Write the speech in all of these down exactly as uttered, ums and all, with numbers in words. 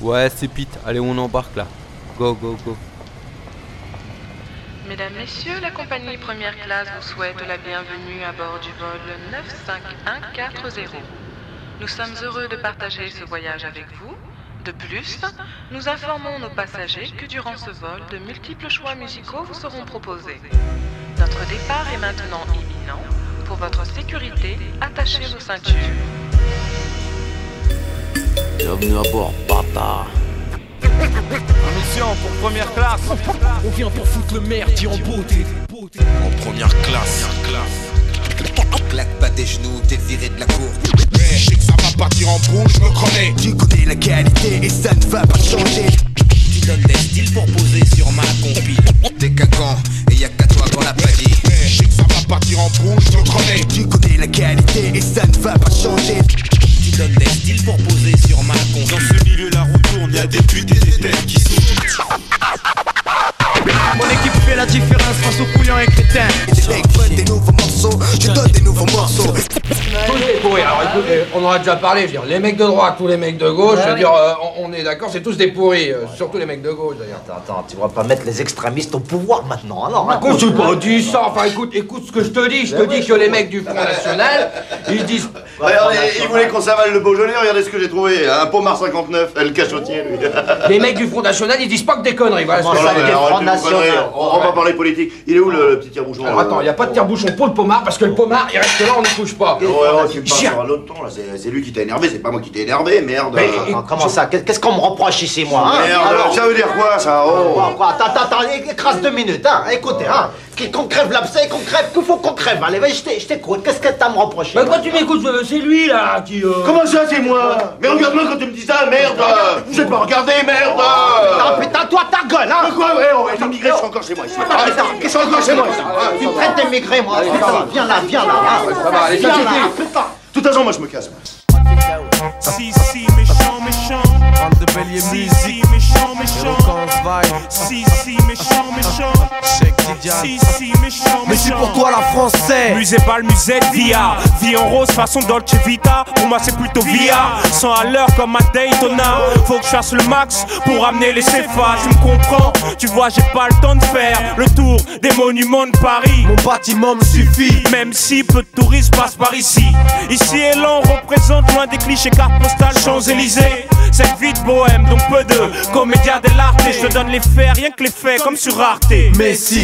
Ouais, c'est Pete. Allez, on embarque là. Go, go, go. Mesdames, Messieurs, la compagnie première classe vous souhaite la bienvenue à bord du vol neuf cinq un quatre zéro. Nous sommes heureux de partager ce voyage avec vous. De plus, nous informons nos passagers que durant ce vol, de multiples choix musicaux vous seront proposés. Notre départ est maintenant imminent. Pour votre sécurité, attachez vos ceintures. Bienvenue à bord, bâtard. En mission pour première classe. On vient pour foutre le merdier en beauté. En première classe. Claque pas tes genoux, t'es viré de la cour. Mais je sais que ça va partir en boule, je me connais. Tu connais la qualité et ça ne va pas changer. Tu donnes des styles pour poser sur ma compile. T'es cacant et y'a qu'à toi qu'on l'a pas dit. Mais je sais que ça va partir en boule, je me connais. Tu connais la qualité et ça ne va pas changer. Tu donnes des styles pour poser sur ma compile. Dans ce milieu la roue tourne, y'a des putes et des têtes qui sont. Mon équipe fait la différence face aux couillons et crétins. Les mecs veulent des nouveaux morceaux, je donne des nouveaux morceaux. Tous des pourris. Alors écoutez, on en a déjà parlé, je veux dire, les mecs de droite, tous les mecs de gauche, je veux dire, euh, on, on est d'accord, c'est tous des pourris, euh, surtout les mecs de gauche d'ailleurs. Attends, attends, tu vas pas mettre les extrémistes au pouvoir maintenant, alors hein. Quand tu pas dit ça, enfin écoute, écoute ce que je te dis, je te dis que les mecs du Front National, ils disent... Regardez, ils voulaient qu'on s'avale le Beaujolais, regardez ce que j'ai trouvé, un Pomard cinquante-neuf, le cachotier lui. Les mecs du Front National, ils disent pas que des conneries, voilà ce que je veux dire. On va parler politique. Il est où le, le petit tire-bouchon? Alors attends, il y a pas de tire-bouchon pour le Pomard, parce que le Pomard, il reste là, on ne touche pas. Ouais, ouais, tu me parles sur un autre ton là, c'est lui qui t'a énervé, c'est pas moi qui t'ai énervé, merde. Mais euh, comment ça? Qu'est-ce qu'on me reproche ici, moi hein? Merde, alors, ça veut dire quoi ça? Oh. Quoi, quoi? Attends, attends, attends, écrase deux minutes, hein. Écoutez, hein. Qu'on crève l'abcès, qu'on crève, qu'il faut qu'on crève. Allez, vas-y, je t'écoute. Qu'est-ce que t'as à me reprocher? Mais quand tu m'écoutes, c'est lui là qui. Euh... Comment ça, c'est moi? Mais regarde-moi quand tu me dis ça, merde! Je sais pas regarder, merde! Ah putain, toi, ta gueule, hein! Mais quoi, ouais, on va être immigré, je suis encore chez moi ici. Je suis encore chez moi ici. Tu me traites d'émigré, moi. Viens là, viens là. Ça va, allez, viens là, putain. De toute façon, moi, je me casse. Si, si, méchant, méchant. Bande de bélier Si, musique. si, méchant, méchant. Éloquence vibe. Si, si, méchant, méchant. Check Didiane. Si, si, méchant, Mais c'est méchant. pour toi la française. Musée pas le musée de Via. Vie en rose façon Dolce Vita. Pour moi c'est plutôt Via. cent à l'heure comme à Daytona. Faut que je fasse le max pour amener les céphas. Tu me comprends? Tu vois j'ai pas le temps de faire le tour des monuments de Paris. Mon bâtiment me suffit. Même si peu de touristes passent par ici. Ici et là on représente loin des clichés cartes postales Champs-Élysées. Cette vie de bohème donc peu de comédia dell'arte. Et je te donne les faits, rien que les faits comme sur Arte. Mais si.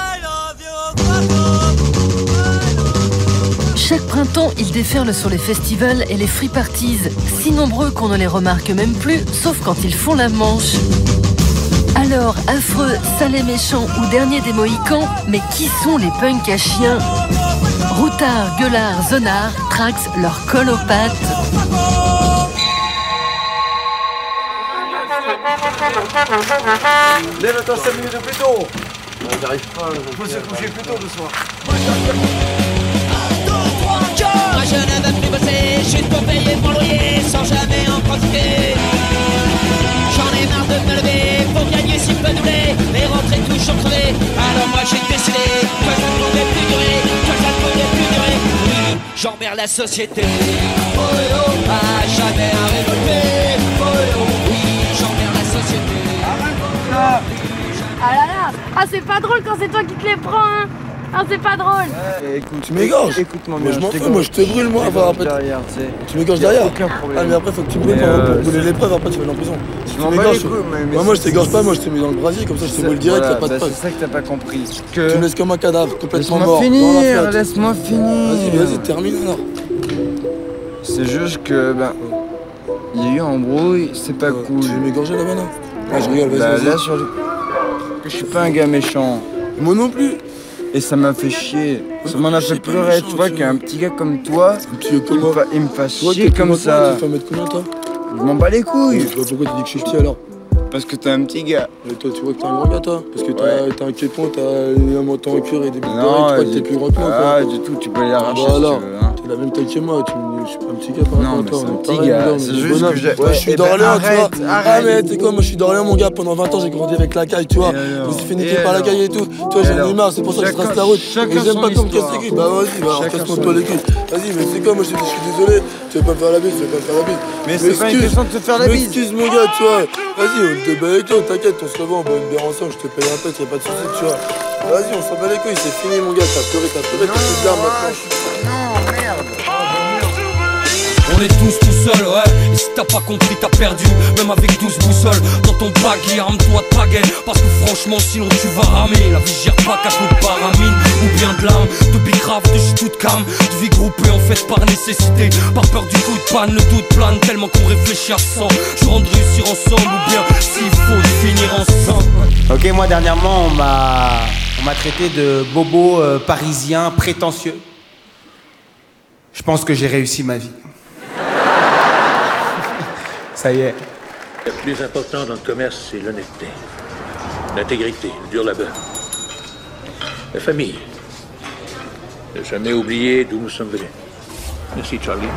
Chaque printemps, ils déferlent sur les festivals et les free parties, si nombreux qu'on ne les remarque même plus, sauf quand ils font la manche. Alors, affreux, sale et méchant ou dernier des Mohicans, mais qui sont les punks à chiens? Routards, gueulards, zonards, Trax leur colle aux pattes. Lève-toi cinq minutes plus tôt. J'arrive pas. Faut se coucher plus tôt ce soir. Moi je ne veux plus bosser, juste pour payer mon loyer sans jamais en profiter. J'en ai marre de me lever pour gagner si peu doublé et rentrer toujours crevé. Alors moi j'ai décidé que ça ne pouvait plus durer, que ça ne pouvait plus durer. Oui, j'emmerde la société. Oh oh, à jamais à révolter. Oh oh, oui, j'emmerde la société. Ah là là. Ah c'est pas drôle quand c'est toi qui te les prends hein. Ah c'est pas drôle. Eh, écoute, tu m'égorges. Écoute-moi bien. Moi je m'en fous, moi je te brûle moi avant après. Derrière, tu sais. Tu m'égorges derrière. Aucun problème. Ah mais après faut que tu brûles euh, pour brûler l'épreuve, après tu vas aller en prison. Si Je tu m'en bats les m'égorges, couilles, mais- mais moi, moi je c'est- t'égorge pas, moi je te mets dans le brasier, comme ça je te brûle direct, Voilà, y'a pas de bah, preuve. c'est ça que t'as pas compris. Tu me laisses comme un cadavre, complètement mort. Laisse-moi dans la finir, flotte. laisse-moi finir. Vas-y, vas-y, termine alors. C'est juste que, ben, il y a eu un embrouille, c'est pas cool. Tu veux m'égorger là-bas là? Ah je rigole, vas-y, Bah, vas-y. là, sur le... Je suis pas un gars méchant. Moi non plus. Et ça m'a fait chier. Ça m'en a Je fait suis pas pleurer. méchant, Tu vois tu qu'un vois. petit gars comme toi, Tu veux il me, comment? fa... il me fasse Toi, chier t'es comme comment, ça. toi, tu fais mettre combien toi? Je m'en bats les couilles. Tu vois pourquoi tu dis que je suis petit alors? Parce que t'es un petit gars. Et toi tu vois que t'es un grand gars toi? Parce que t'as Ouais. t'as un képon, t'as un menton en cuir et des boucles Non, d'oreilles, tu crois que j'ai- t'es plus grand que moi Ah, quoi? du tout, tu peux les arracher Bah si alors, tu veux. Hein. la même taille que moi, tu me je suis pas un petit gars par Non, rapport à mais toi. c'est on un est petit pareil, gars, les gars, c'est on est juste bonhommes. que j'ai- Ouais, je suis Eh ben, d'Orléans, tu arrête, vois. arrête. Ah, mais t'es quoi, moi je suis d'Orléans, mon gars, pendant vingt ans j'ai grandi avec la caille, tu vois. Je me suis fait niquer Et par la alors caille et tout. Tu vois, Et j'en ai alors marre, c'est pour ça que je Chacun- trace la route. chacun Et j'aime son pas qu'on me casse histoire. les couilles. Bah vas-y, bah Chacun casse-moi son toi les couilles. Vas-y, mais c'est quoi, moi je te dis, je suis désolé, tu veux pas me faire la bise, tu veux pas me faire la bise. Mais Je c'est pas une m'excuse, question de te faire la je bise. m'excuse, mon gars, tu vois. Vas-y, on te bat avec toi, t'inquiète, on se revoit, on boit une bière ensemble, je te paye un peu, y'a pas de soucis, tu vois. Vas-y, on s'en bat les couilles, c'est fini, mon gars, t'as pleuré, t'as pleuré, t'as plus de larmes maintenant. Non, merde. On est tous tout seuls, ouais. Et si t'as pas compris, t'as perdu. Même avec douze boussoles dans ton baggy, arme-toi de pagaie. Parce que franchement, sinon tu vas ramer. La vie gère pas qu'à coup de paramine ou bien de l'âme. De bicrave, de shit toute calme. De vie groupée en fait par nécessité. Par peur du coup de panne, le doute plane tellement qu'on réfléchit à cent. Je rentre réussir ensemble ou bien s'il faut finir ensemble. Ok, moi dernièrement, on m'a on m'a traité de bobo euh, parisien prétentieux. Je pense que j'ai réussi ma vie. Ça y est. Le plus important dans le commerce, c'est l'honnêteté, l'intégrité, le dur labeur. La famille. Ne jamais oublier d'où nous sommes venus. Merci, Charlie.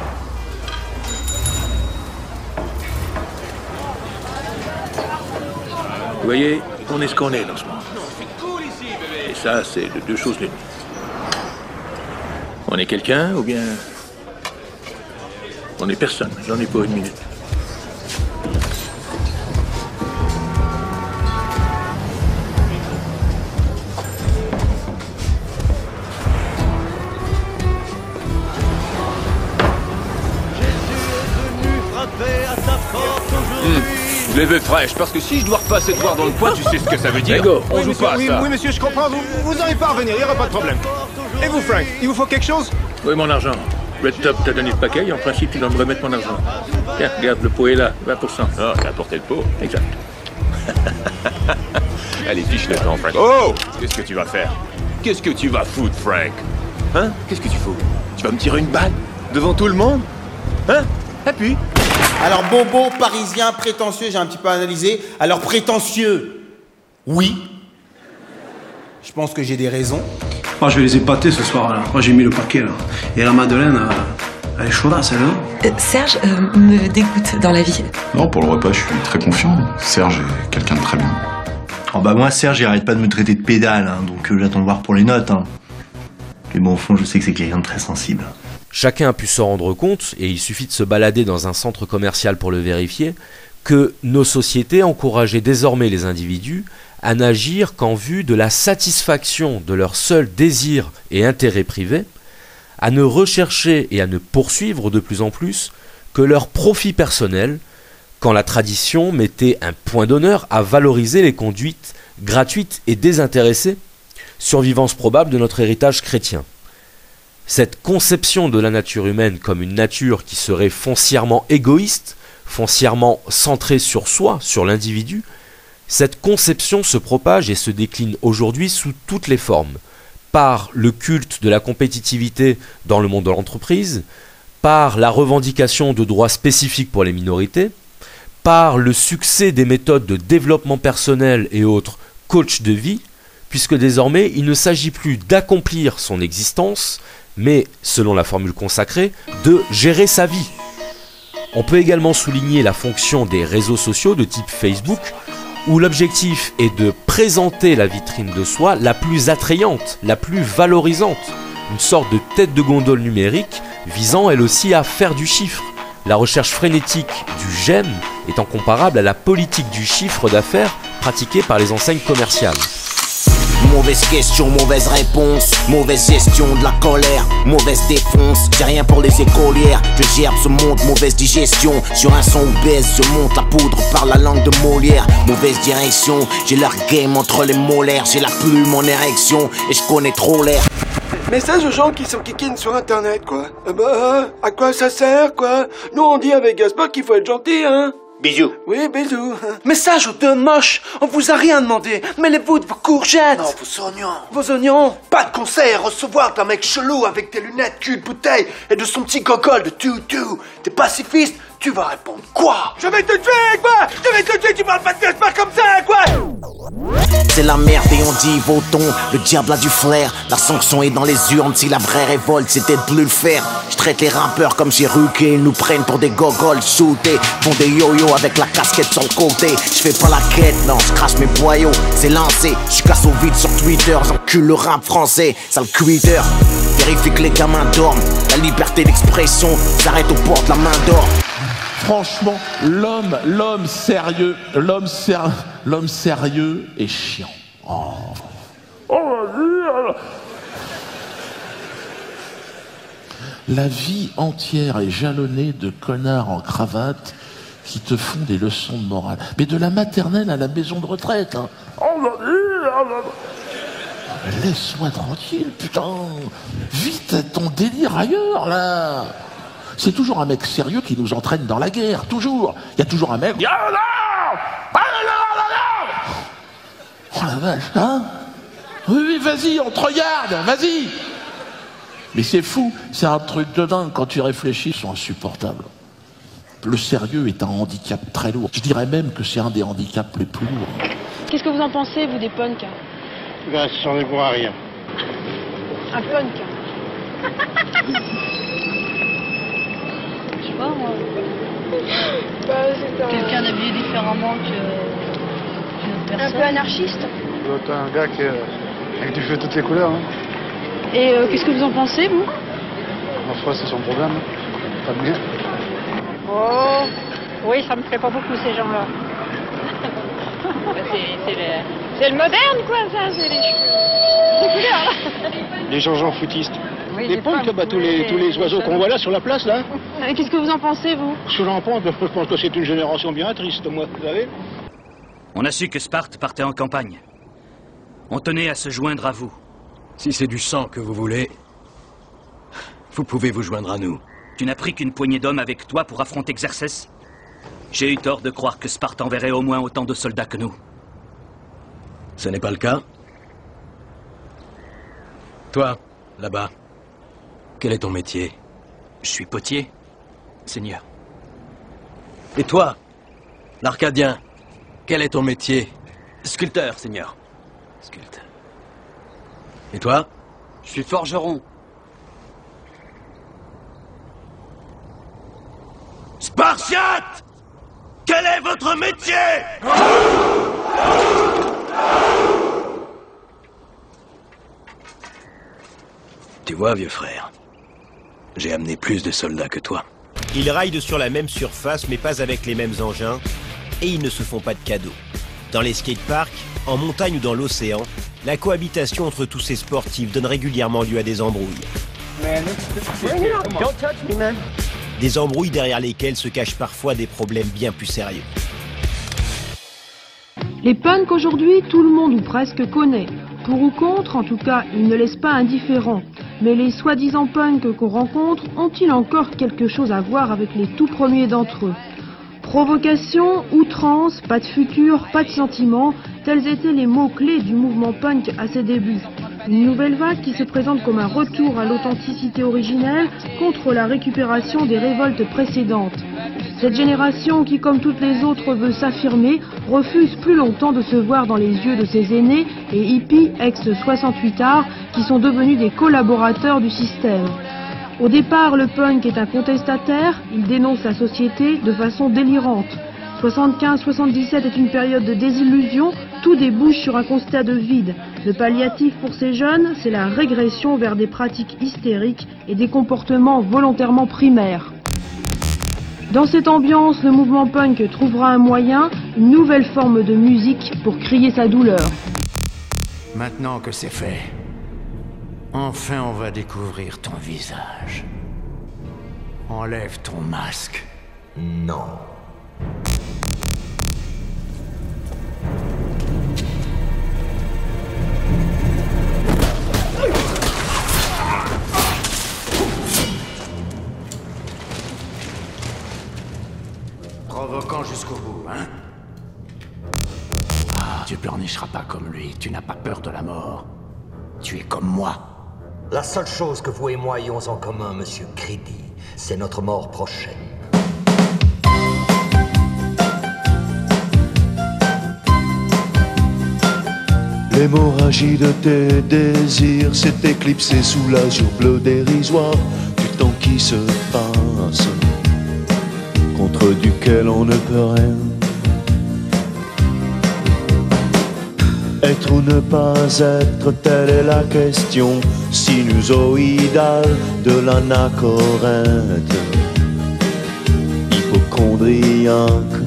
Vous voyez, on est ce qu'on est dans ce monde. Et ça, c'est de deux choses l'une. On est quelqu'un ou bien on est personne. J'en ai pour une minute. Mmh. Les vœux fraîches, parce que si je dois repasser te voir dans le coin, tu sais ce que ça veut dire. Lego. On Oui, joue monsieur, pas à oui, ça. oui, monsieur, je comprends. Vous, vous aurez pas à revenir, il n'y aura pas de problème. Et vous, Frank, il vous faut quelque chose? Oui, mon argent. Red Top t'a donné le paquet et en principe, tu dois me remettre mon argent. Tiens, regarde, le pot est là, vingt pour cent. Ah, t'as apporté le pot. Exact. Allez, fiche le temps, Frank. Oh! Qu'est-ce que tu vas faire? Qu'est-ce que tu vas foutre, Frank? Hein? Qu'est-ce que tu fous? Tu vas me tirer une balle? Devant tout le monde? Hein? Appuie. Alors, bobo, parisien, prétentieux, j'ai un petit peu analysé. Alors, prétentieux, oui. Je pense que j'ai des raisons. Moi, je vais les épater ce soir, là. Moi, j'ai mis le paquet, là. Et la Madeleine, euh, elle est chaude, celle-là. Euh, Serge euh, me dégoûte dans la vie. Non, pour le repas, je suis très confiant. Serge est quelqu'un de très bien. Oh bah moi, Serge, il arrête pas de me traiter de pédale, hein, donc euh, j'attends de voir pour les notes. Hein. Mais bon, au fond, je sais que c'est quelqu'un de très sensible. Chacun a pu se rendre compte, et il suffit de se balader dans un centre commercial pour le vérifier, que nos sociétés encourageaient désormais les individus à n'agir qu'en vue de la satisfaction de leurs seuls désirs et intérêts privés, à ne rechercher et à ne poursuivre de plus en plus que leur profit personnel, quand la tradition mettait un point d'honneur à valoriser les conduites gratuites et désintéressées, survivance probable de notre héritage chrétien. Cette conception de la nature humaine comme une nature qui serait foncièrement égoïste, foncièrement centrée sur soi, sur l'individu, cette conception se propage et se décline aujourd'hui sous toutes les formes, par le culte de la compétitivité dans le monde de l'entreprise, par la revendication de droits spécifiques pour les minorités, par le succès des méthodes de développement personnel et autres coachs de vie, puisque désormais il ne s'agit plus d'accomplir son existence, mais, selon la formule consacrée, de gérer sa vie. On peut également souligner la fonction des réseaux sociaux de type Facebook, où l'objectif est de présenter la vitrine de soi la plus attrayante, la plus valorisante, une sorte de tête de gondole numérique visant elle aussi à faire du chiffre. La recherche frénétique du j'aime étant comparable à la politique du chiffre d'affaires pratiquée par les enseignes commerciales. Mauvaise question, mauvaise réponse, mauvaise gestion de la colère, mauvaise défonce, j'ai rien pour les écolières, je gerbe ce monde, mauvaise digestion, sur un son obèse, je monte la poudre par la langue de Molière, mauvaise direction, j'ai leur game entre les molaires, j'ai la plume en érection, et je connais trop l'air. Message aux gens qui sont kikines sur internet, quoi. Euh, bah, à quoi ça sert, quoi? Nous, on dit avec Gaspard qu'il faut être gentil, hein. Bisous. Oui, bisous. Message aux deux moches. On vous a rien demandé. Mêlez-vous de vos courgettes. Non, vos oignons. Vos oignons. Pas de conseil à recevoir d'un mec chelou avec tes lunettes cul de bouteille et de son petit gogol de tout-tout. T'es pacifiste, tu vas répondre quoi? Je vais te tuer, quoi. Je vais te tuer, tu parles pas de Gaspard comme ça, quoi. C'est la merde et on dit votons, le diable a du flair. La sanction est dans les urnes, si la vraie révolte c'était de plus le faire. traite les rappeurs comme j'ai ruqué. Ils nous prennent pour des gogoles shootés, font des yo-yo avec la casquette sur le côté. Je fais pas la quête, non, je crache mes boyaux. C'est lancé, je casse au vide sur Twitter. J'encule le rap français, sale quitter. Vérifie que les gamins dorment. La liberté d'expression s'arrête aux portes, la main d'or. Franchement, l'homme, l'homme sérieux, l'homme ser... l'homme sérieux est chiant. Oh. Oh, la vie entière est jalonnée de connards en cravate qui te font des leçons de morale. Mais de la maternelle à la maison de retraite. Hein. Laisse-moi tranquille, putain. Vite, ton délire ailleurs, là. C'est toujours un mec sérieux qui nous entraîne dans la guerre, toujours. Il y a toujours un mec... Oh la vache, hein? Oui, oui, vas-y, on te regarde, vas-y. Mais c'est fou, c'est un truc de dingue. Quand tu réfléchis, ils sont insupportables. Le sérieux est un handicap très lourd. Je dirais même que c'est un des handicaps les plus lourds. Qu'est-ce que vous en pensez, vous, des punks? Ben, ce sont des bois à rien. Un punk? Je sais pas, moi. Bah, quelqu'un habillé différemment que... qu'une personne. Un peu anarchiste? T'as un gars qui, euh, avec du feu de toutes les couleurs. Hein. Et euh, qu'est-ce que vous en pensez, vous? Ma foi, c'est son problème. Pas de mien. Oh, oui, ça me plaît pas beaucoup, ces gens-là. c'est le... c'est le moderne, quoi, ça. C'est les cheveux de couleur, là. Les gens-gens foutistes. Oui, les punks, là, bah, tous les, tous les oiseaux qu'on voit là sur la place, là. Et qu'est-ce que vous en pensez, vous? Ce que j'en pense, je pense que c'est une génération bien triste, moi, vous savez. On a su que Sparte partait en campagne. On tenait à se joindre à vous. Si c'est du sang que vous voulez, vous pouvez vous joindre à nous. Tu n'as pris qu'une poignée d'hommes avec toi pour affronter Xerxès? J'ai eu tort de croire que Sparte enverrait au moins autant de soldats que nous. Ce n'est pas le cas. Toi, là-bas, quel est ton métier? Je suis potier, seigneur. Et toi, l'Arcadien, quel est ton métier? Sculpteur, seigneur. Sculpteur. Et toi? Je suis forgeron. Spartiate! Quel est votre métier? Tu vois, vieux frère, j'ai amené plus de soldats que toi. Ils raillent sur la même surface, mais pas avec les mêmes engins, et ils ne se font pas de cadeaux. Dans les skateparks, en montagne ou dans l'océan, la cohabitation entre tous ces sportifs donne régulièrement lieu à des embrouilles. Des embrouilles derrière lesquelles se cachent parfois des problèmes bien plus sérieux. Les punks aujourd'hui, tout le monde ou presque connaît. Pour ou contre, en tout cas, ils ne laissent pas indifférents. Mais les soi-disant punks qu'on rencontre ont-ils encore quelque chose à voir avec les tout premiers d'entre eux? Provocation, outrance, pas de futur, pas de sentiment, tels étaient les mots-clés du mouvement punk à ses débuts. Une nouvelle vague qui se présente comme un retour à l'authenticité originelle contre la récupération des révoltes précédentes. Cette génération qui, comme toutes les autres, veut s'affirmer, refuse plus longtemps de se voir dans les yeux de ses aînés et hippies ex-soixante-huit ards qui sont devenus des collaborateurs du système. Au départ, le punk est un contestataire, il dénonce la société de façon délirante. soixante-quinze soixante-dix-sept est une période de désillusion, tout débouche sur un constat de vide. Le palliatif pour ces jeunes, c'est la régression vers des pratiques hystériques et des comportements volontairement primaires. Dans cette ambiance, le mouvement punk trouvera un moyen, une nouvelle forme de musique pour crier sa douleur. Maintenant que c'est fait, enfin on va découvrir ton visage. Enlève ton masque. Non. Provoquant jusqu'au bout, hein? Ah, tu pleurnicheras pas comme lui, tu n'as pas peur de la mort. Tu es comme moi. La seule chose que vous et moi ayons en commun, monsieur Creedy, c'est notre mort prochaine. L'hémorragie de tes désirs s'est éclipsée sous l'azur bleu dérisoire. Tu temps qui se passe, contre duquel on ne peut rien. Être ou ne pas être, telle est la question sinusoïdale de l'anachorète, hypocondriaque.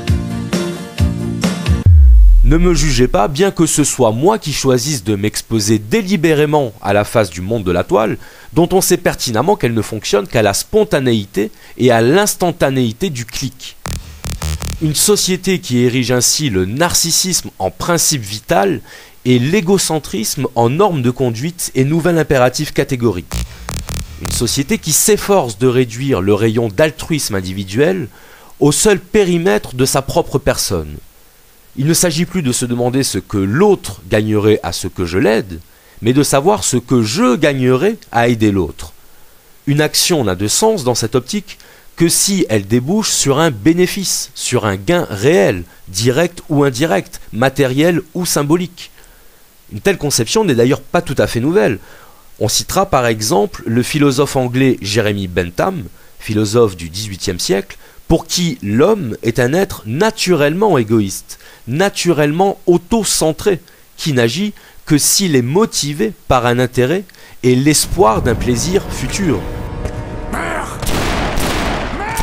Ne me jugez pas, bien que ce soit moi qui choisisse de m'exposer délibérément à la face du monde de la toile, dont on sait pertinemment qu'elle ne fonctionne qu'à la spontanéité et à l'instantanéité du clic. Une société qui érige ainsi le narcissisme en principe vital et l'égocentrisme en norme de conduite et nouvel impératif catégorique. Une société qui s'efforce de réduire le rayon d'altruisme individuel au seul périmètre de sa propre personne. Il ne s'agit plus de se demander ce que l'autre gagnerait à ce que je l'aide, mais de savoir ce que je gagnerais à aider l'autre. Une action n'a de sens dans cette optique que si elle débouche sur un bénéfice, sur un gain réel, direct ou indirect, matériel ou symbolique. Une telle conception n'est d'ailleurs pas tout à fait nouvelle. On citera par exemple le philosophe anglais Jeremy Bentham, philosophe du dix-huitième siècle, pour qui l'homme est un être naturellement égoïste, naturellement auto-centré, qui n'agit que s'il est motivé par un intérêt et l'espoir d'un plaisir futur. Meurs! Meurs!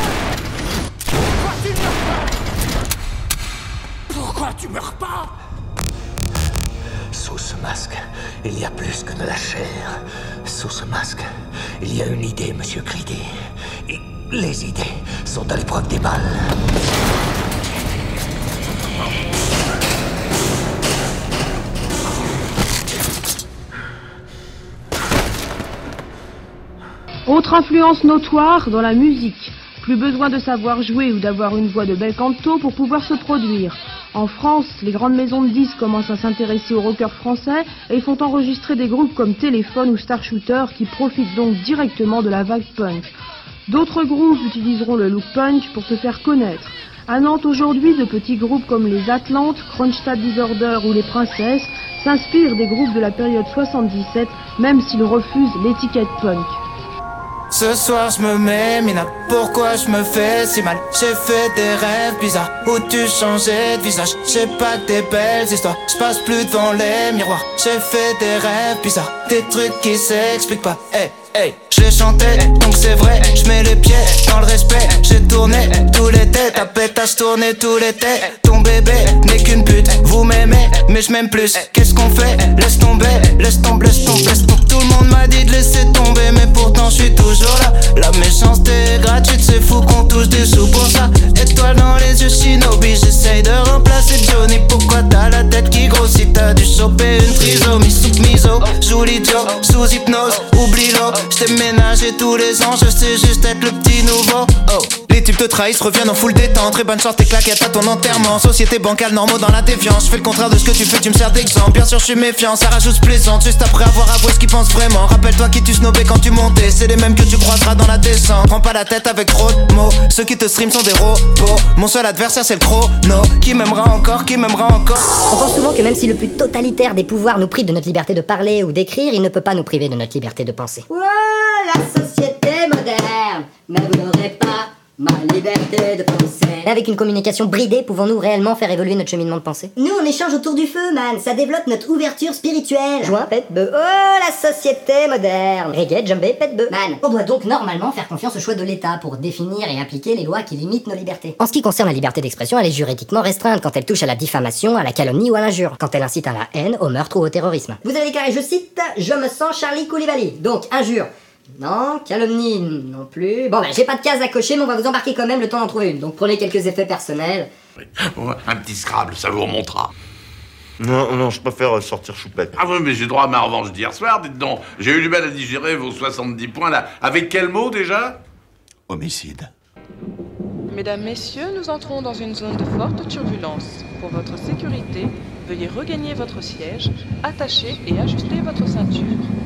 Pourquoi tu meurs pas? Pourquoi tu meurs pas? Sous ce masque, il y a plus que de la chair. Sous ce masque, il y a une idée, Monsieur Creedy. Et les idées sont à l'épreuve des balles. Autre influence notoire dans la musique. Plus besoin de savoir jouer ou d'avoir une voix de bel canto pour pouvoir se produire. En France, les grandes maisons de disques commencent à s'intéresser aux rockers français et font enregistrer des groupes comme Téléphone ou Star Shooter qui profitent donc directement de la vague punk. D'autres groupes utiliseront le look punk pour se faire connaître. À Nantes aujourd'hui, de petits groupes comme les Atlantes, Kronstadt Disorder ou les Princesses s'inspirent des groupes de la période soixante-dix-sept, même s'ils refusent l'étiquette punk. Ce soir je me mets mina, pourquoi je me fais si mal? J'ai fait des rêves bizarres, où tu changeais de visage. J'ai pas que des belles histoires, je passe plus devant les miroirs. J'ai fait des rêves bizarres, des trucs qui s'expliquent pas. Hey, hey, je les chantais, donc c'est vrai, je mets les pieds dans le respect. J'ai tourné tous les têtes, ta pétasse tourné tous les têtes. Ton bébé n'est qu'une pute, vous m'aimez, mais je m'aime plus. Qu'est-ce qu'on fait? Laisse tomber, laisse tomber, laisse tomber, laisse tomber. Tout le monde m'a dit de laisser tomber, mais pourtant je suis toujours là. La méchanceté est gratuite, c'est fou qu'on touche des sous pour ça. Étoile dans les yeux, Shinobi, j'essaye de remplacer Johnny. Pourquoi t'as la tête qui grossit? T'as dû choper une trisomie. Sous miso, joue l'idiot, sous hypnose, oublie-le. J't'ai ménagé tous les ans, je sais juste être le petit nouveau. Oh. Les types te trahissent, reviennent en full détente. Très bonne chance, tes claquettes à ton enterrement. Société bancale, normaux dans la défiance. Je fais le contraire de ce que tu fais, tu me sers d'exemple. Bien sûr, je suis méfiant, ça rajoute plaisante. Juste après avoir avoué ce qu'ils pensent vraiment. Rappelle-toi qui tu snobais quand tu montais. C'est les mêmes que tu croiseras dans la descente. Prends pas la tête avec trop de mots. Ceux qui te stream sont des robots. Mon seul adversaire, c'est le chrono. Qui m'aimera encore, qui m'aimera encore. On pense souvent que même si le plus totalitaire des pouvoirs nous prive de notre liberté de parler ou d'écrire, il ne peut pas nous priver de notre liberté de penser. Oh, la société moderne, mais vous n'aurez pas ma liberté de penser. Avec une communication bridée, pouvons-nous réellement faire évoluer notre cheminement de pensée? Nous, on échange autour du feu, man. Ça développe notre ouverture spirituelle. Joint, pète, bœuf. Oh, la société moderne. Reggae, djembé, pète, bœuf. Man, on doit donc normalement faire confiance au choix de l'État pour définir et appliquer les lois qui limitent nos libertés. En ce qui concerne la liberté d'expression, elle est juridiquement restreinte quand elle touche à la diffamation, à la calomnie ou à l'injure, quand elle incite à la haine, au meurtre ou au terrorisme. Vous avez déclaré, je cite, « Je me sens Charlie Koulibaly ». Donc, injure. Non, calomnie non plus. Bon, ben, j'ai pas de case à cocher, mais on va vous embarquer quand même le temps d'en trouver une. Donc prenez quelques effets personnels. Un petit Scrabble, ça vous remontera. Non, non, je préfère sortir choupette. Ah oui, mais j'ai droit à ma revanche d'hier soir, dites donc. J'ai eu du mal à digérer vos soixante-dix points, là. Avec quel mot, déjà? Homicide. Mesdames, Messieurs, nous entrons dans une zone de forte turbulence. Pour votre sécurité, veuillez regagner votre siège, attacher et ajuster votre ceinture.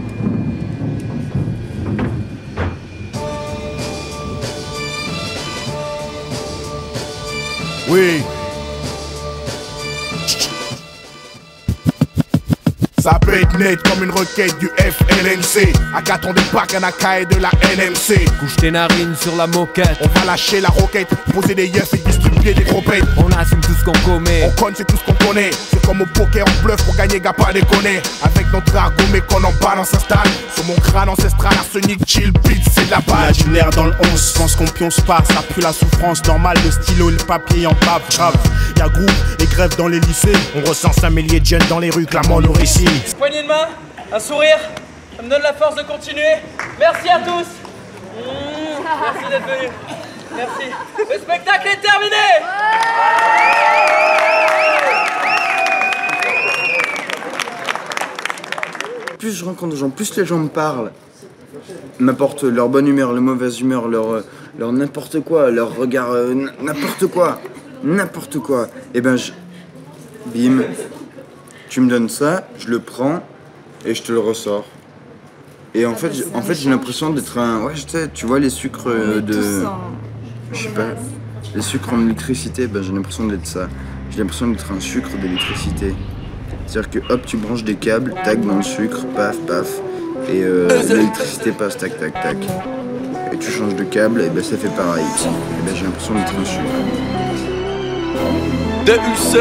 Oui. Ça peut être Net comme une requête du F L N C. À quatre on débarque un A K et de la N M C. Couche tes narines sur la moquette. On va lâcher la roquette, poser des yeux et distribuer des tropettes. On assume tout ce qu'on commet. On conne c'est tout ce qu'on connaît. C'est comme au poker, on bluffe pour gagner, gars pas déconner. Avec notre argot mais qu'on en balance s'installe. Sur mon crâne ancestral, arsenic, chill, beat, c'est de la balle. Y'a du nerf dans le onze, pense qu'on pionce pas. Ça pue la souffrance, normal, le stylo et le papier en bave, grave. Y'a groupe et grève dans les lycées. On recense un millier de jeunes dans les rues, clamant nos récits. Poignée de main, un sourire, ça me donne la force de continuer. Merci à tous. Mmh, merci d'être venus. Merci. Le spectacle est terminé. Plus je rencontre de gens, plus les gens me parlent, m'apportent leur bonne humeur, leur mauvaise humeur, leur, leur n'importe quoi, leur regard, euh, n'importe quoi, n'importe quoi. Et ben, je... bim, tu me donnes ça, je le prends et je te le ressors. Et en fait, j'- en fait j'ai l'impression d'être un... Ouais, je sais, tu vois les sucres euh, de... Je sais pas, les sucres en électricité, ben j'ai l'impression d'être ça. J'ai l'impression d'être un sucre d'électricité. C'est-à-dire que hop, tu branches des câbles, tac, dans le sucre, paf, paf, et euh, l'électricité passe, tac, tac, tac. Et tu changes de câble, et ben ça fait pareil. Et ben j'ai l'impression d'être un sucre. D U C.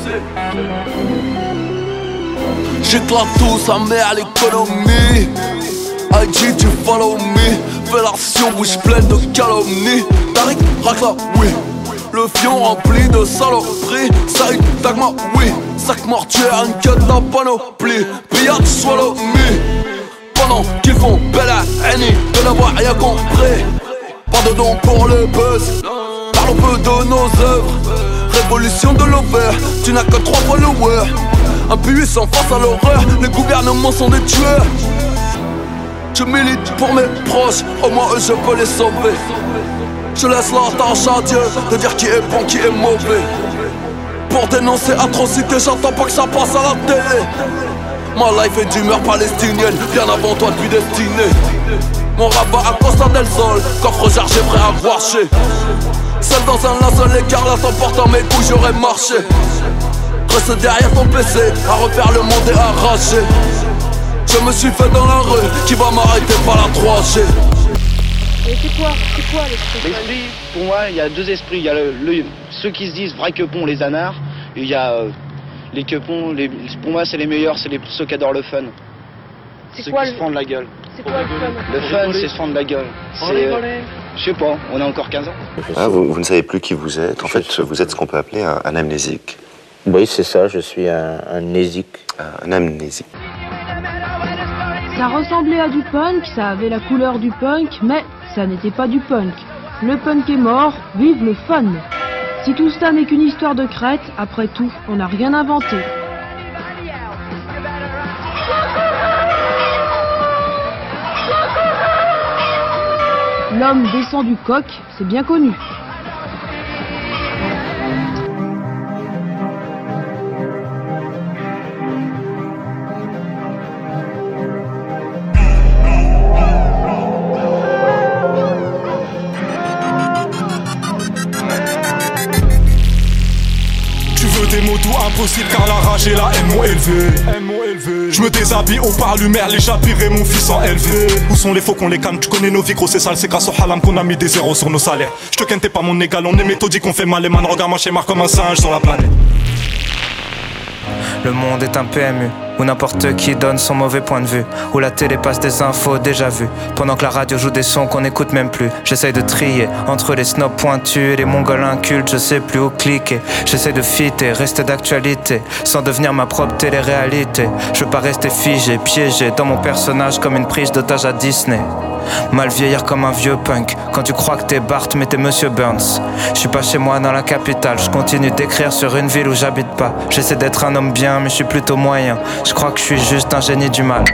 J'éclate tout, sa mère à l'économie. I G, tu follow me. Fellation, bouche pleine de calomnies. Tariq, racla, oui. Le fion rempli de saloperies. Saïd, tagma, oui. Sac mortuaire, une queue de la panoplie. Pillage, swallow me. Pendant qu'ils font belle à Annie de n'avoir rien compris. Pas de don pour le buzz. Parlons peu de nos œuvres. Révolution de l'over. Tu n'as que trois followers. Impuissant face à l'horreur. Les gouvernements sont des tueurs. Je milite pour mes proches, au moins eux je peux les sauver. Je laisse la tâche à Dieu de dire qui est bon, qui est mauvais. Pour dénoncer atrocité, j'attends pas que ça passe à la télé. Ma life est d'humeur palestinienne, bien avant toi depuis destiné. Mon rabat à Costa del Sol, coffre chargé prêt à boire-cher. Seul dans un linceul écarlate, en portant mes couilles j'aurais marché. Reste derrière ton P C, à refaire le monde et arracher. Je me suis fait dans la rue, qui va m'arrêter par la trois G. Et c'est quoi, c'est quoi l'esprit? L'esprit, pour moi, il y a deux esprits. Il y a le, le- ceux qui se disent vrais quepons, les anards, et il y a euh, les quepons, les, pour moi, c'est les meilleurs, c'est les, ceux qui adorent le fun. C'est Ceux quoi qui le- se fendent la gueule. C'est quoi le fun? Le fun, c'est se fendre la gueule. On C'est, euh, rigolait. je sais pas, on a encore quinze ans. Ah, vous, vous ne savez plus qui vous êtes. En fait, vous êtes ce qu'on peut appeler un, un amnésique. Oui, c'est ça, je suis un, un amnésique. Un amnésique. Ça ressemblait à du punk, ça avait la couleur du punk, mais ça n'était pas du punk. Le punk est mort, vive le fun. Si tout ça n'est qu'une histoire de crête, après tout, on n'a rien inventé. L'homme descend du coq, c'est bien connu. Tu veux des mots tout impossibles car la rage et la haine m'ont élevé. Je me déshabille au parlumaire, les j'habillerai mon fils en L V. Où sont les faux qu'on les calme? Tu connais nos vies gros c'est sale, c'est grâce au halam qu'on a mis des zéros sur nos salaires. Je te ken t'es pas mon égal, on est méthodique, on fait mal les man. Regarde-moi chez Marc comme un singe sur la planète. Le monde est un P M U où n'importe qui donne son mauvais point de vue, où la télé passe des infos déjà vues, pendant que la radio joue des sons qu'on n'écoute même plus. J'essaye de trier entre les snobs pointus et les mongols incultes, je sais plus où cliquer. J'essaye de fitter, rester d'actualité, sans devenir ma propre télé-réalité. Je veux pas rester figé, piégé dans mon personnage comme une prise d'otage à Disney. Mal vieillir comme un vieux punk. Quand tu crois que t'es Bart mais t'es Monsieur Burns. Je suis pas chez moi dans la capitale. Je continue d'écrire sur une ville où j'habite pas. J'essaie d'être un homme bien mais je suis plutôt moyen. Je crois que je suis juste un génie du mal.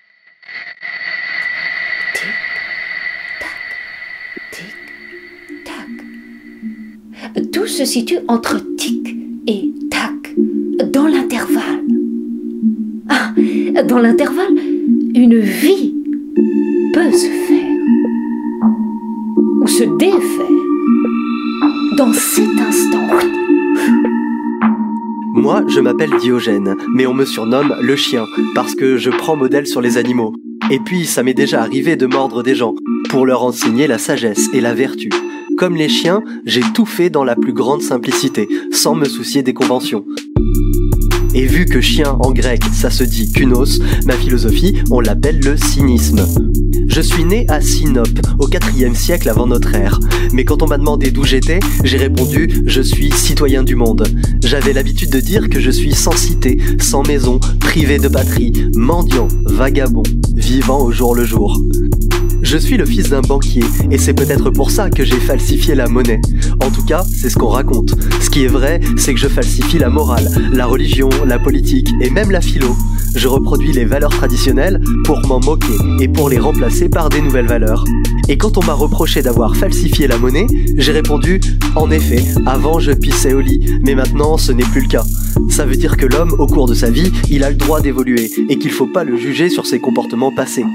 Tout se situe entre tic et tac, dans l'intervalle. Ah, dans l'intervalle, une vie peut se faire ou se défaire dans cet instant. Moi, je m'appelle Diogène, mais on me surnomme le chien, parce que je prends modèle sur les animaux. Et puis, ça m'est déjà arrivé de mordre des gens, pour leur enseigner la sagesse et la vertu. Comme les chiens, j'ai tout fait dans la plus grande simplicité, sans me soucier des conventions. Et vu que chien en grec, ça se dit kunos, ma philosophie, on l'appelle le cynisme. Je suis né à Sinope, au quatrième siècle avant notre ère. Mais quand on m'a demandé d'où j'étais, j'ai répondu « Je suis citoyen du monde ». J'avais l'habitude de dire que je suis sans cité, sans maison, privé de patrie, mendiant, vagabond, vivant au jour le jour. Je suis le fils d'un banquier, et c'est peut-être pour ça que j'ai falsifié la monnaie. En tout cas, c'est ce qu'on raconte. Ce qui est vrai, c'est que je falsifie la morale, la religion, la politique, et même la philo. Je reproduis les valeurs traditionnelles pour m'en moquer, et pour les remplacer par des nouvelles valeurs. Et quand on m'a reproché d'avoir falsifié la monnaie, j'ai répondu « En effet, avant je pissais au lit, mais maintenant ce n'est plus le cas ». Ça veut dire que l'homme, au cours de sa vie, il a le droit d'évoluer, et qu'il faut pas le juger sur ses comportements passés.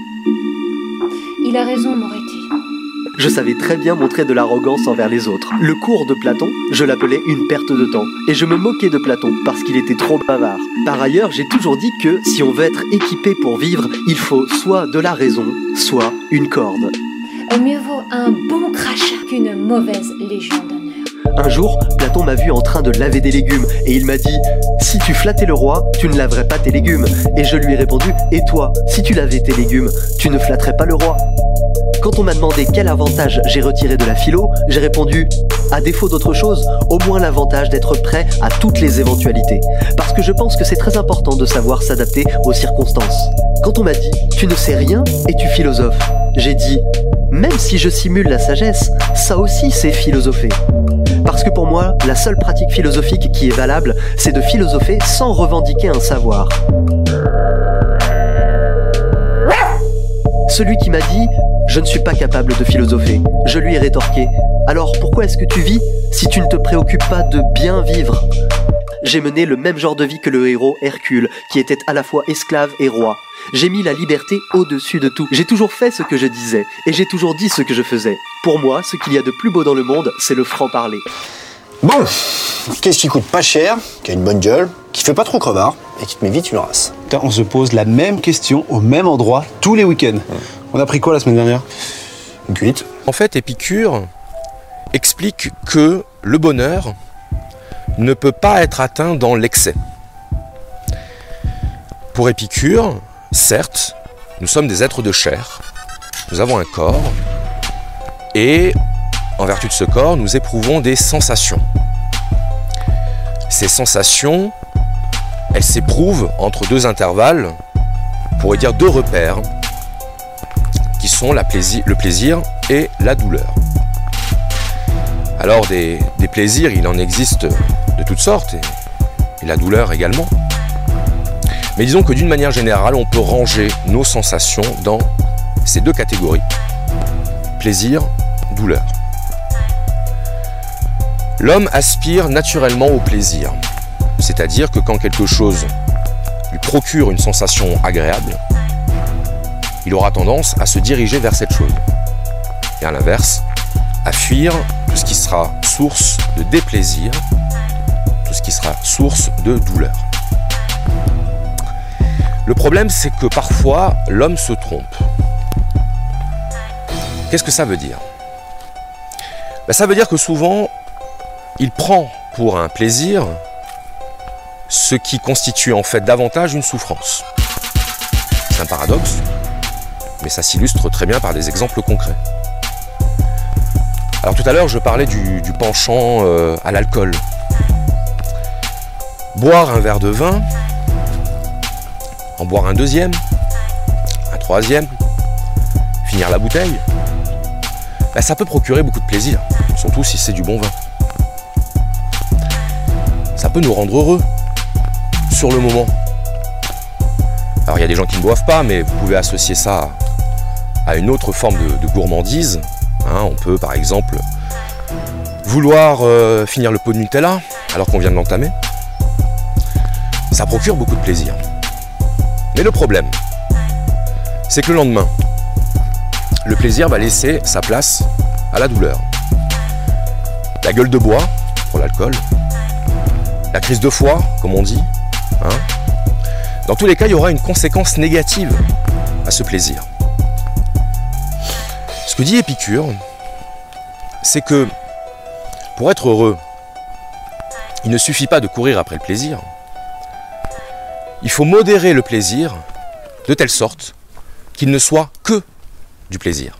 Il a raison, Moretti. Je savais très bien montrer de l'arrogance envers les autres. Le cours de Platon, je l'appelais une perte de temps. Et je me moquais de Platon parce qu'il était trop bavard. Par ailleurs, j'ai toujours dit que si on veut être équipé pour vivre, il faut soit de la raison, soit une corde. Mieux vaut un bon crachat qu'une mauvaise légion d'honneur. Un jour, Platon m'a vu en train de laver des légumes et il m'a dit « Si tu flattais le roi, tu ne laverais pas tes légumes. » Et je lui ai répondu « Et toi, si tu lavais tes légumes, tu ne flatterais pas le roi ?» Quand on m'a demandé quel avantage j'ai retiré de la philo, j'ai répondu « À défaut d'autre chose, au moins l'avantage d'être prêt à toutes les éventualités. » Parce que je pense que c'est très important de savoir s'adapter aux circonstances. Quand on m'a dit « Tu ne sais rien et tu philosophes », j'ai dit « Même si je simule la sagesse, ça aussi c'est philosopher. » Parce que pour moi, la seule pratique philosophique qui est valable, c'est de philosopher sans revendiquer un savoir. Celui qui m'a dit « Je ne suis pas capable de philosopher », je lui ai rétorqué « Alors pourquoi est-ce que tu vis si tu ne te préoccupes pas de bien vivre ?» J'ai mené le même genre de vie que le héros Hercule, qui était à la fois esclave et roi. J'ai mis la liberté au-dessus de tout. J'ai toujours fait ce que je disais, et j'ai toujours dit ce que je faisais. Pour moi, ce qu'il y a de plus beau dans le monde, c'est le franc-parler. Bon, qu'est-ce qui coûte pas cher, qui a une bonne gueule, qui fait pas trop crevard, et qui te met vite une race? On se pose la même question au même endroit tous les week-ends. On a pris quoi la semaine dernière? Une cuite. En fait, Épicure explique que le bonheur ne peut pas être atteint dans l'excès. Pour Épicure, certes, nous sommes des êtres de chair, nous avons un corps, et en vertu de ce corps, nous éprouvons des sensations. Ces sensations, elles s'éprouvent entre deux intervalles, on pourrait dire deux repères, qui sont la plaisir, le plaisir et la douleur. Alors des, des plaisirs, il en existe de toutes sortes, et, et la douleur également. Mais disons que d'une manière générale, on peut ranger nos sensations dans ces deux catégories. Plaisir, douleur. L'homme aspire naturellement au plaisir. C'est-à-dire que quand quelque chose lui procure une sensation agréable, il aura tendance à se diriger vers cette chose. Et à l'inverse, à fuir tout ce qui sera source de déplaisir, tout ce qui sera source de douleur. Le problème, c'est que parfois, l'homme se trompe. Qu'est-ce que ça veut dire? Ben, ça veut dire que souvent, il prend pour un plaisir ce qui constitue en fait davantage une souffrance. C'est un paradoxe, mais ça s'illustre très bien par des exemples concrets. Alors tout à l'heure, je parlais du, du penchant euh, à l'alcool. Boire un verre de vin, en boire un deuxième, un troisième, finir la bouteille, ben, ça peut procurer beaucoup de plaisir, surtout si c'est du bon vin. Ça peut nous rendre heureux, sur le moment. Alors il y a des gens qui ne boivent pas, mais vous pouvez associer ça à une autre forme de, de gourmandise. Hein, on peut par exemple vouloir euh, finir le pot de Nutella alors qu'on vient de l'entamer. Ça procure beaucoup de plaisir. Mais le problème, c'est que le lendemain, le plaisir va laisser sa place à la douleur. La gueule de bois, pour l'alcool, la crise de foi, comme on dit. Hein. Dans tous les cas, il y aura une conséquence négative à ce plaisir. Ce que dit Épicure, c'est que pour être heureux, il ne suffit pas de courir après le plaisir. Il faut modérer le plaisir de telle sorte qu'il ne soit que du plaisir.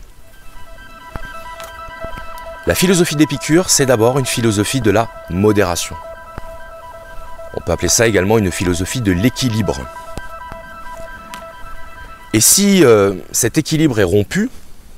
La philosophie d'Épicure, c'est d'abord une philosophie de la modération. On peut appeler ça également une philosophie de l'équilibre. Et si euh, cet équilibre est rompu,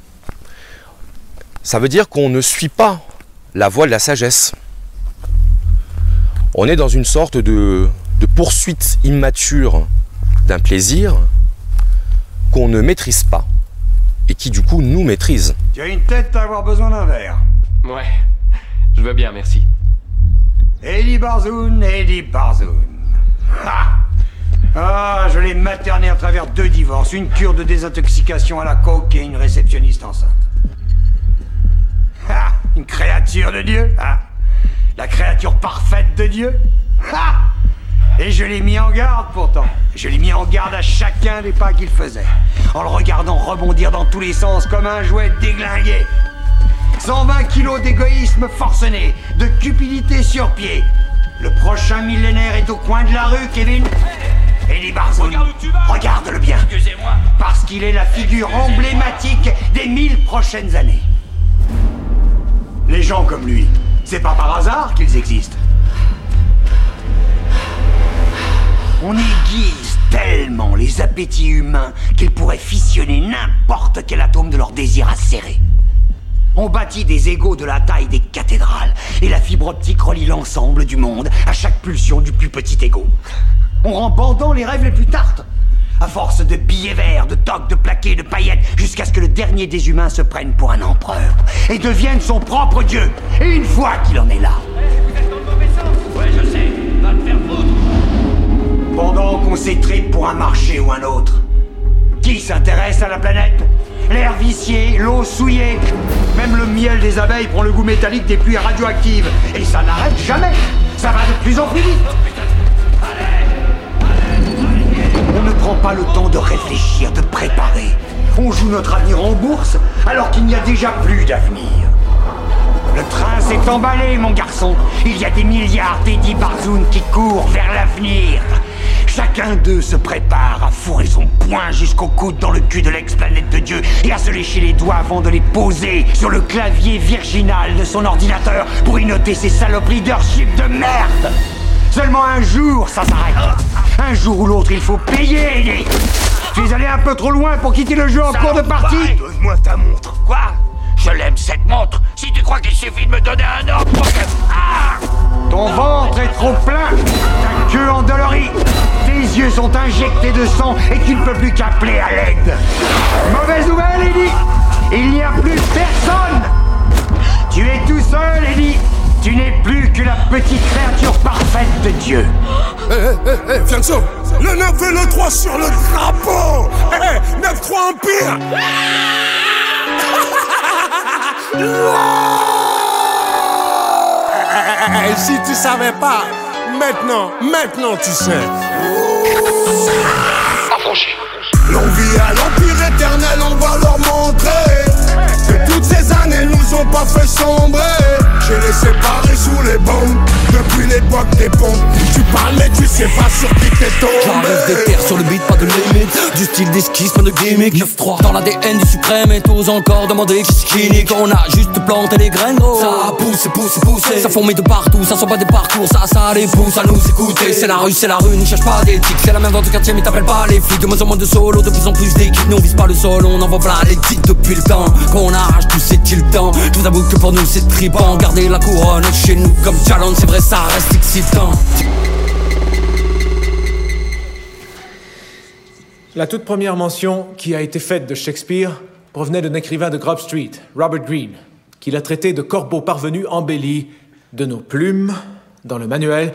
ça veut dire qu'on ne suit pas la voie de la sagesse. On est dans une sorte de, de poursuite immature d'un plaisir qu'on ne maîtrise pas et qui du coup nous maîtrise. Tu as une tête à avoir besoin d'un verre. Ouais, je veux bien, merci. Eddie Barzoun, Eddie Barzoun. Ah, ah je l'ai materné à travers deux divorces, une cure de désintoxication à la coke et une réceptionniste enceinte. Ah, une créature de Dieu, ah. La créature parfaite de Dieu. Ah, et je l'ai mis en garde pourtant. Je l'ai mis en garde à chacun des pas qu'il faisait, en le regardant rebondir dans tous les sens comme un jouet déglingué. cent vingt kilos d'égoïsme forcené, de cupidité sur pied. Le prochain millénaire est au coin de la rue, Kevin. Eddie Barzoun, regarde-le bien. Excusez-moi. Parce qu'il est la figure emblématique des mille prochaines années. Les gens comme lui, c'est pas par hasard qu'ils existent. On aiguise tellement les appétits humains qu'ils pourraient fissionner n'importe quel atome de leur désir acéré. On bâtit des égos de la taille des cathédrales, et la fibre optique relie l'ensemble du monde à chaque pulsion du plus petit égo. On rend bandant les rêves les plus tartes, à force de billets verts, de toques, de plaquets, de paillettes, jusqu'à ce que le dernier des humains se prenne pour un empereur et devienne son propre dieu. Et une fois qu'il en est là... Hey, vous êtes dans le mauvais sens. Ouais, je sais, va te faire foutre. Pendant qu'on s'étripe pour un marché ou un autre, qui s'intéresse à la planète? L'air vicié, l'eau souillée, même le miel des abeilles prend le goût métallique des pluies radioactives. Et ça n'arrête jamais, ça va de plus en plus vite. On ne prend pas le temps de réfléchir, de préparer. On joue notre avenir en bourse alors qu'il n'y a déjà plus d'avenir. Le train s'est emballé, mon garçon. Il y a des milliards d'Eddie Barzoun qui courent vers l'avenir. Chacun d'eux se prépare à fourrer son poing jusqu'au coude dans le cul de l'ex-planète de Dieu et à se lécher les doigts avant de les poser sur le clavier virginal de son ordinateur pour y noter ses saloperies leadership de merde. Seulement un jour, ça s'arrête. Un jour ou l'autre, il faut payer, Eddie. Tu es allé un peu trop loin pour quitter le jeu en cours de partie. Donne-moi ta montre. Quoi? Je l'aime cette montre. Si tu crois qu'il suffit de me donner un ordre pour que... Ah! Ton ventre est trop plein, ta queue endolorie, tes yeux sont injectés de sang et tu ne peux plus qu'appeler à l'aide. Mauvaise nouvelle, Eddie, il n'y a plus personne. Tu es tout seul, Eddie. Tu n'es plus que la petite créature parfaite de Dieu. Hé, hé, hé, Fianso, le neuf et le trois sur le drapeau. Hé, neuf trois Empire. Et si tu savais pas, maintenant, maintenant tu sais. Affranchi. L'on vit à l'empire éternel, on va leur montrer que toutes ces années nous ont pas fait sombrer. J'ai les séparés sous les bombes depuis l'époque des pompes. Tu parles mais tu sais pas sur qui t'es tombé. J'enlève des terres sur le beat, pas de limite. Du style d'esquisse, pas de gimmick. neuf trois dans l'A D N du suprême. Et t'oses encore demander qui clinique. On a juste planté les graines gros. Ça pousse, pousse, pousse. Ça fourmille de partout, ça sont pas des parcours. Ça, ça les pousse à nous écouter. C'est la rue, c'est la rue, n'y cherche pas d'éthique. C'est la même dans ton quartier mais t'appelles pas les flics. De moins en moins de solo, de plus en plus d'équipes. Nous on vise pas le sol, on envoie plein les titres depuis le temps qu'on arrache tout c'est il temps. Je vous avoue que pour nous c'est tripant. Garder la couronne chez nous comme challenge, c'est vrai ça reste excitant. La toute première mention qui a été faite de Shakespeare provenait d'un écrivain de Grub Street, Robert Greene, qui l'a traité de corbeau parvenu embelli de nos plumes dans le manuel.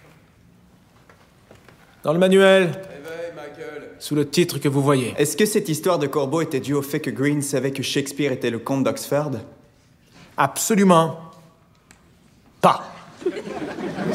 Dans le manuel. Sous le titre que vous voyez. Est-ce que cette histoire de corbeau était due au fait que Greene savait que Shakespeare était le comte d'Oxford? Absolument pas.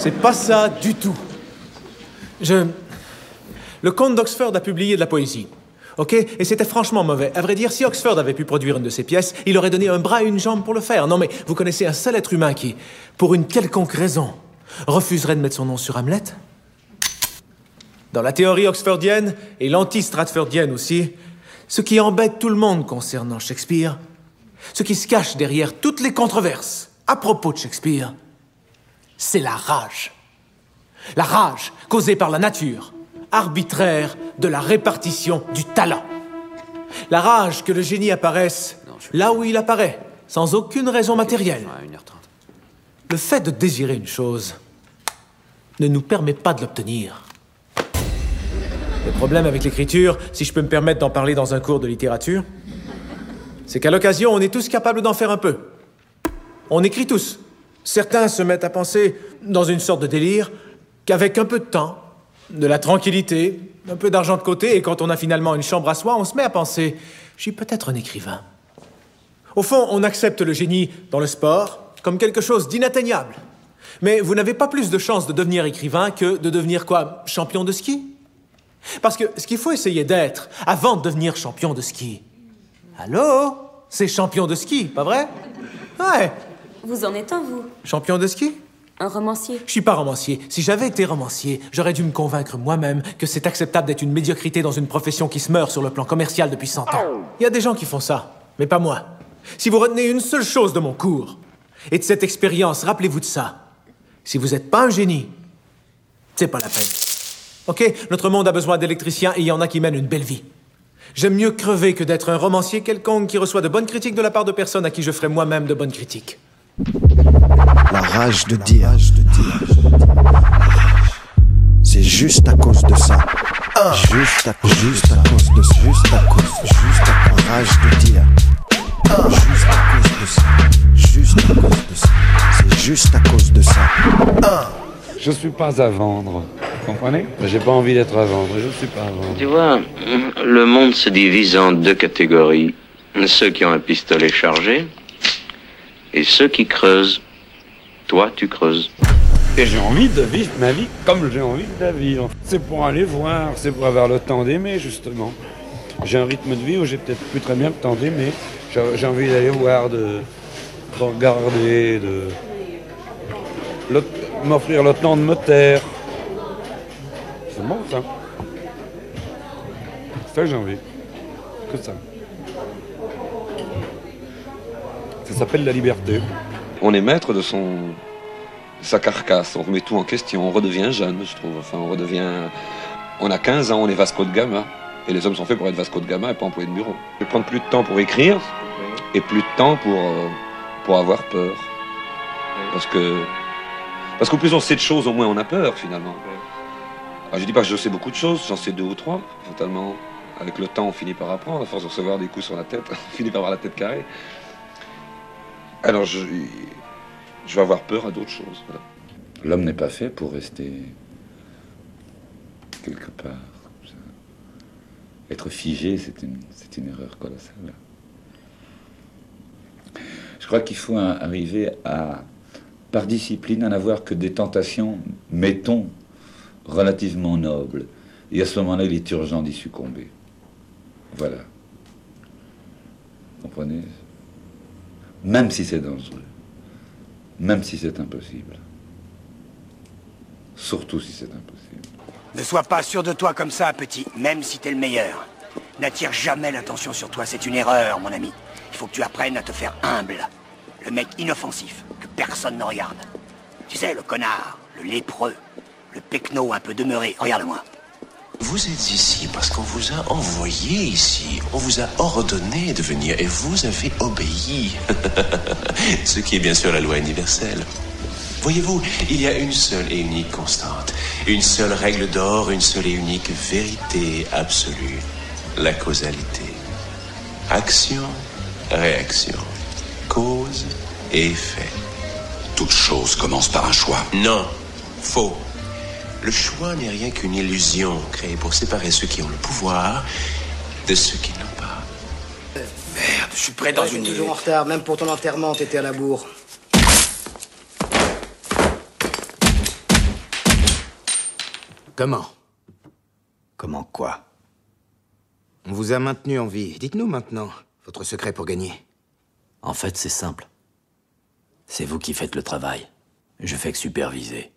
C'est pas ça du tout. Je... Le comte d'Oxford a publié de la poésie. Ok? Et c'était franchement mauvais. À vrai dire, si Oxford avait pu produire une de ses pièces, il aurait donné un bras et une jambe pour le faire. Non mais, vous connaissez un seul être humain qui, pour une quelconque raison, refuserait de mettre son nom sur Hamlet? Dans la théorie oxfordienne, et l'anti-stratfordienne aussi, ce qui embête tout le monde concernant Shakespeare, ce qui se cache derrière toutes les controverses à propos de Shakespeare, c'est la rage. La rage causée par la nature, arbitraire de la répartition du talent. La rage que le génie apparaisse là où il apparaît, sans aucune raison matérielle. Le fait de désirer une chose ne nous permet pas de l'obtenir. Le problème avec l'écriture, si je peux me permettre d'en parler dans un cours de littérature, c'est qu'à l'occasion, on est tous capables d'en faire un peu. On écrit tous. Certains se mettent à penser, dans une sorte de délire, qu'avec un peu de temps, de la tranquillité, un peu d'argent de côté, et quand on a finalement une chambre à soi, on se met à penser « je suis peut-être un écrivain ». Au fond, on accepte le génie dans le sport comme quelque chose d'inatteignable. Mais vous n'avez pas plus de chances de devenir écrivain que de devenir quoi, champion de ski? Parce que ce qu'il faut essayer d'être avant de devenir champion de ski, allô? C'est champion de ski, pas vrai? Ouais. Vous en êtes un, vous? Champion de ski? Un romancier? Je suis pas romancier. Si j'avais été romancier, j'aurais dû me convaincre moi-même que c'est acceptable d'être une médiocrité dans une profession qui se meurt sur le plan commercial depuis cent ans. Il y a des gens qui font ça, mais pas moi. Si vous retenez une seule chose de mon cours, et de cette expérience, rappelez-vous de ça. Si vous n'êtes pas un génie, c'est pas la peine. Ok? Notre monde a besoin d'électriciens et il y en a qui mènent une belle vie. J'aime mieux crever que d'être un romancier quelconque qui reçoit de bonnes critiques de la part de personnes à qui je ferai moi-même de bonnes critiques. La rage de dire. C'est juste à cause de ça. Juste à, juste à cause de ça. Juste à cause, juste à cause. Rage de dire. Juste à cause de ça. Juste à cause de ça. C'est juste à cause de ça. Je suis pas à vendre. Vous comprenez? J'ai pas envie d'être à vendre. Je suis pas à vendre. Tu vois, le monde se divise en deux catégories. Ceux qui ont un pistolet chargé et ceux qui creusent. Toi, tu creuses. Et j'ai envie de vivre ma vie comme j'ai envie de la vivre. C'est pour aller voir, c'est pour avoir le temps d'aimer, justement. J'ai un rythme de vie où j'ai peut-être plus très bien le temps d'aimer. J'ai, j'ai envie d'aller voir, de, de regarder, de... Le, m'offrir le temps de me taire. C'est bon, ça. C'est ça que j'ai envie. Que ça. Ça s'appelle la liberté. On est maître de son... sa carcasse, on remet tout en question, on redevient jeune, je trouve. Enfin, on redevient... On a quinze ans, on est Vasco de Gama. Et les hommes sont faits pour être Vasco de Gama et pas employés de bureau. Je vais prendre plus de temps pour écrire et plus de temps pour, euh, pour avoir peur. Parce que... Parce qu'au plus on sait de choses, au moins on a peur, finalement. Alors, je dis pas que je sais beaucoup de choses, j'en sais deux ou trois. Totalement, avec le temps, on finit par apprendre. À force de recevoir des coups sur la tête, on finit par avoir la tête carrée. Alors, je... Je vais avoir peur à d'autres choses. Voilà. L'homme n'est pas fait pour rester quelque part. Être figé, c'est une, c'est une erreur colossale. Je crois qu'il faut arriver à, par discipline, à n'avoir que des tentations, mettons, relativement nobles. Et à ce moment-là, il est urgent d'y succomber. Voilà. Vous comprenez? Même si c'est dangereux. Même si c'est impossible. Surtout si c'est impossible. Ne sois pas sûr de toi comme ça, petit, même si t'es le meilleur. N'attire jamais l'attention sur toi, c'est une erreur, mon ami. Il faut que tu apprennes à te faire humble. Le mec inoffensif, que personne ne regarde. Tu sais, le connard, le lépreux, le pecno un peu demeuré. Regarde-moi. Vous êtes ici parce qu'on vous a envoyé ici. On vous a ordonné de venir et vous avez obéi. Ce qui est bien sûr la loi universelle. Voyez-vous, il y a une seule et unique constante. Une seule règle d'or, une seule et unique vérité absolue. La causalité. Action, réaction. Cause et effet. Toute chose commence par un choix. Non, faux. Le choix n'est rien qu'une illusion créée pour séparer ceux qui ont le pouvoir de ceux qui n'ont pas. Merde, je suis prêt dans ouais, une... toujours en retard, même pour ton enterrement, t'étais à la bourre. Comment? Comment quoi? On vous a maintenu en vie. Dites-nous maintenant votre secret pour gagner. En fait, c'est simple. C'est vous qui faites le travail. Je fais que superviser.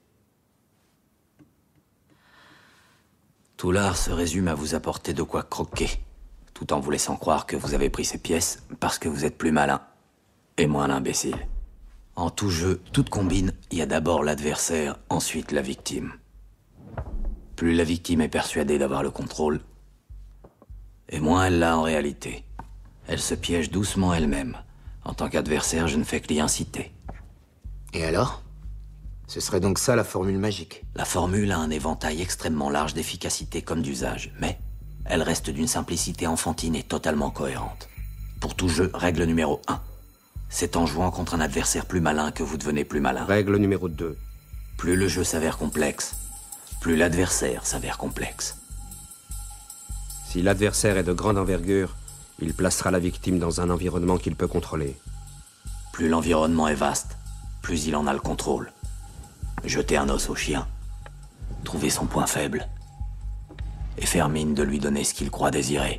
Tout l'art se résume à vous apporter de quoi croquer, tout en vous laissant croire que vous avez pris ces pièces parce que vous êtes plus malin et moins l'imbécile. En tout jeu, toute combine, il y a d'abord l'adversaire, ensuite la victime. Plus la victime est persuadée d'avoir le contrôle, et moins elle l'a en réalité. Elle se piège doucement elle-même. En tant qu'adversaire, je ne fais que l'y inciter. Et alors? Ce serait donc ça la formule magique? La formule a un éventail extrêmement large d'efficacité comme d'usage, mais elle reste d'une simplicité enfantine et totalement cohérente. Pour tout jeu, règle numéro un. C'est en jouant contre un adversaire plus malin que vous devenez plus malin. Règle numéro deux. Plus le jeu s'avère complexe, plus l'adversaire s'avère complexe. Si l'adversaire est de grande envergure, il placera la victime dans un environnement qu'il peut contrôler. Plus l'environnement est vaste, plus il en a le contrôle. Jeter un os au chien, trouver son point faible, et faire mine de lui donner ce qu'il croit désirer.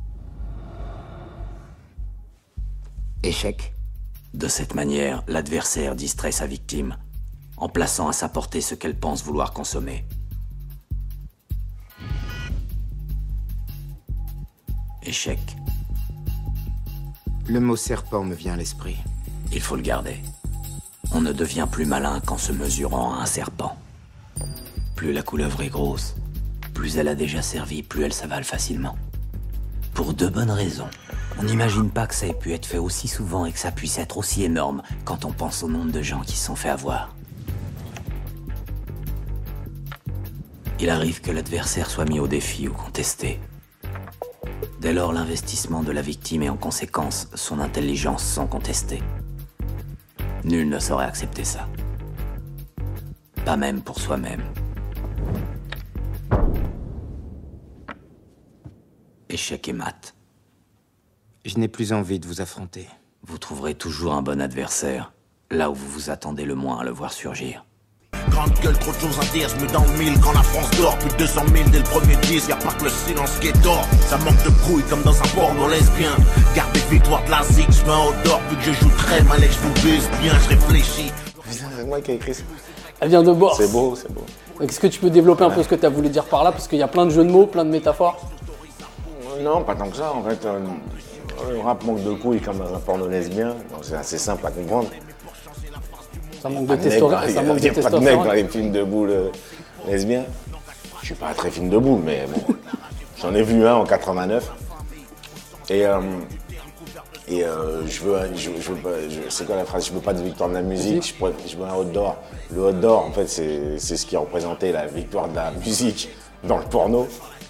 Échec. De cette manière, l'adversaire distrait sa victime, en plaçant à sa portée ce qu'elle pense vouloir consommer. Échec. Le mot serpent me vient à l'esprit. Il faut le garder. On ne devient plus malin qu'en se mesurant à un serpent. Plus la couleuvre est grosse, plus elle a déjà servi, plus elle s'avale facilement. Pour deux bonnes raisons. On n'imagine pas que ça ait pu être fait aussi souvent et que ça puisse être aussi énorme quand on pense au nombre de gens qui se sont fait avoir. Il arrive que l'adversaire soit mis au défi ou contesté. Dès lors, l'investissement de la victime et en conséquence, son intelligence sont contestés. Nul ne saurait accepter ça. Pas même pour soi-même. Échec et mat. Je n'ai plus envie de vous affronter. Vous trouverez toujours un bon adversaire, là où vous vous attendez le moins à le voir surgir. Grande gueule, trop de choses à dire, je me dans le mille quand la France dort. Plus de deux cent mille dès le premier disque, y'a pas que le silence qui est d'or. Ça manque de couilles comme dans un porno lesbien. Garde des victoires de la zig, je mets en dehors. Vu que je joue très mal et que je vous baise bien, je réfléchis. C'est moi qui ai écrit ça. Elle vient de Bourse. C'est beau, c'est beau. Est-ce que tu peux développer un peu ce que tu as voulu dire par là? Parce qu'il y a plein de jeux de mots, plein de métaphores. Non, pas tant que ça en fait. Euh, le rap manque de couilles comme dans un porno lesbien, donc c'est assez simple à comprendre. Ça manque de testostérone. Il n'y a pas de mec dans les films de boules euh, lesbiens. Je suis pas un très film de boules, mais bon. J'en ai vu un en quatre-vingt-neuf. Et, euh, et euh, je veux, je, je veux pas, je, c'est quoi la phrase? Je veux pas de victoire de la musique, je, pourrais, je veux un Hot d'or. Le Hot d'or, en fait, c'est, c'est ce qui représentait la victoire de la musique dans le porno.